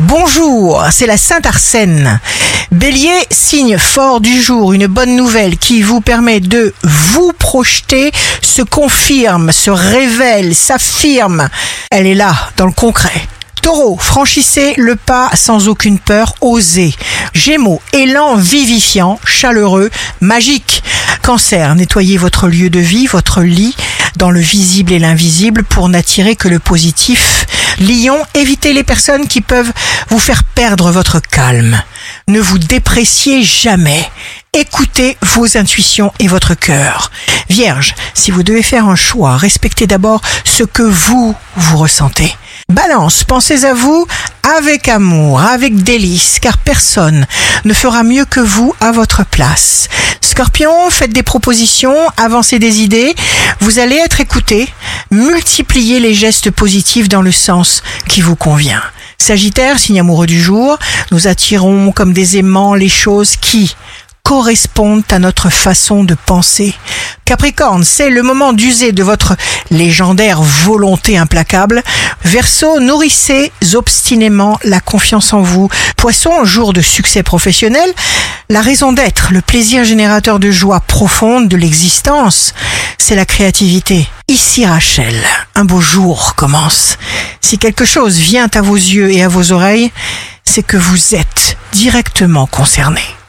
Bonjour, c'est la Sainte Arsène. Bélier, signe fort du jour, une bonne nouvelle qui vous permet de vous projeter, se confirme, se révèle, s'affirme. Elle est là, dans le concret. Taureau, franchissez le pas sans aucune peur, osez. Gémeaux, élan vivifiant, chaleureux, magique. Cancer, nettoyez votre lieu de vie, votre lit, dans le visible et l'invisible pour n'attirer que le positif. Lion, évitez les personnes qui peuvent vous faire perdre votre calme. Ne vous dépréciez jamais. Écoutez vos intuitions et votre cœur. Vierge, si vous devez faire un choix, respectez d'abord ce que vous ressentez. Balance, pensez à vous avec amour, avec délice, car personne ne fera mieux que vous à votre place. Scorpion, faites des propositions, avancez des idées, vous allez être écouté, multipliez les gestes positifs dans le sens qui vous convient. Sagittaire, signe amoureux du jour, nous attirons comme des aimants les choses qui correspondent à notre façon de penser. Capricorne, c'est le moment d'user de votre légendaire volonté implacable. Verseau, nourrissez obstinément la confiance en vous. Poisson, jour de succès professionnel, la raison d'être, le plaisir générateur de joie profonde de l'existence, c'est la créativité. Ici Rachel, un beau jour commence. Si quelque chose vient à vos yeux et à vos oreilles, c'est que vous êtes directement concerné.